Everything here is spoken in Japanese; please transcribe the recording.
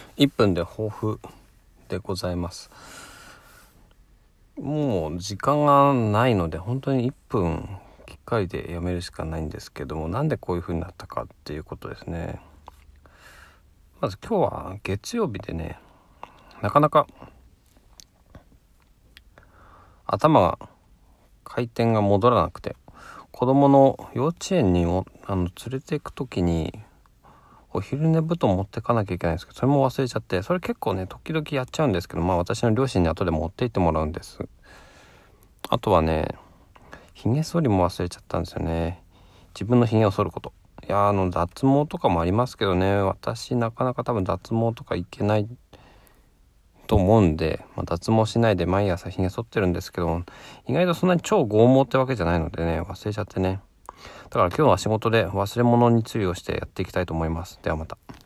1分で抱負でございます。もう時間がないので本当に1分きっかりでやめるしかないんですけども、なんでこういう風になったかっていうことですね。まず今日は月曜日でね、なかなか頭が回転が戻らなくて、子供の幼稚園に連れて行く時にお昼寝布団持ってかなきゃいけないんですけど、それも忘れちゃって、それ結構ね時々やっちゃうんですけど、私の両親に後で持って行ってもらうんです。あとはね、髭剃りも忘れちゃったんですよね。自分の髭を剃ること。いや脱毛とかもありますけどね、私なかなか多分脱毛とかいけないと思うんで、脱毛しないで毎朝髭剃ってるんですけど、意外とそんなに超剛毛ってわけじゃないのでね、忘れちゃってね。だから今日は仕事で忘れ物に注意をしてやっていきたいと思います。ではまた。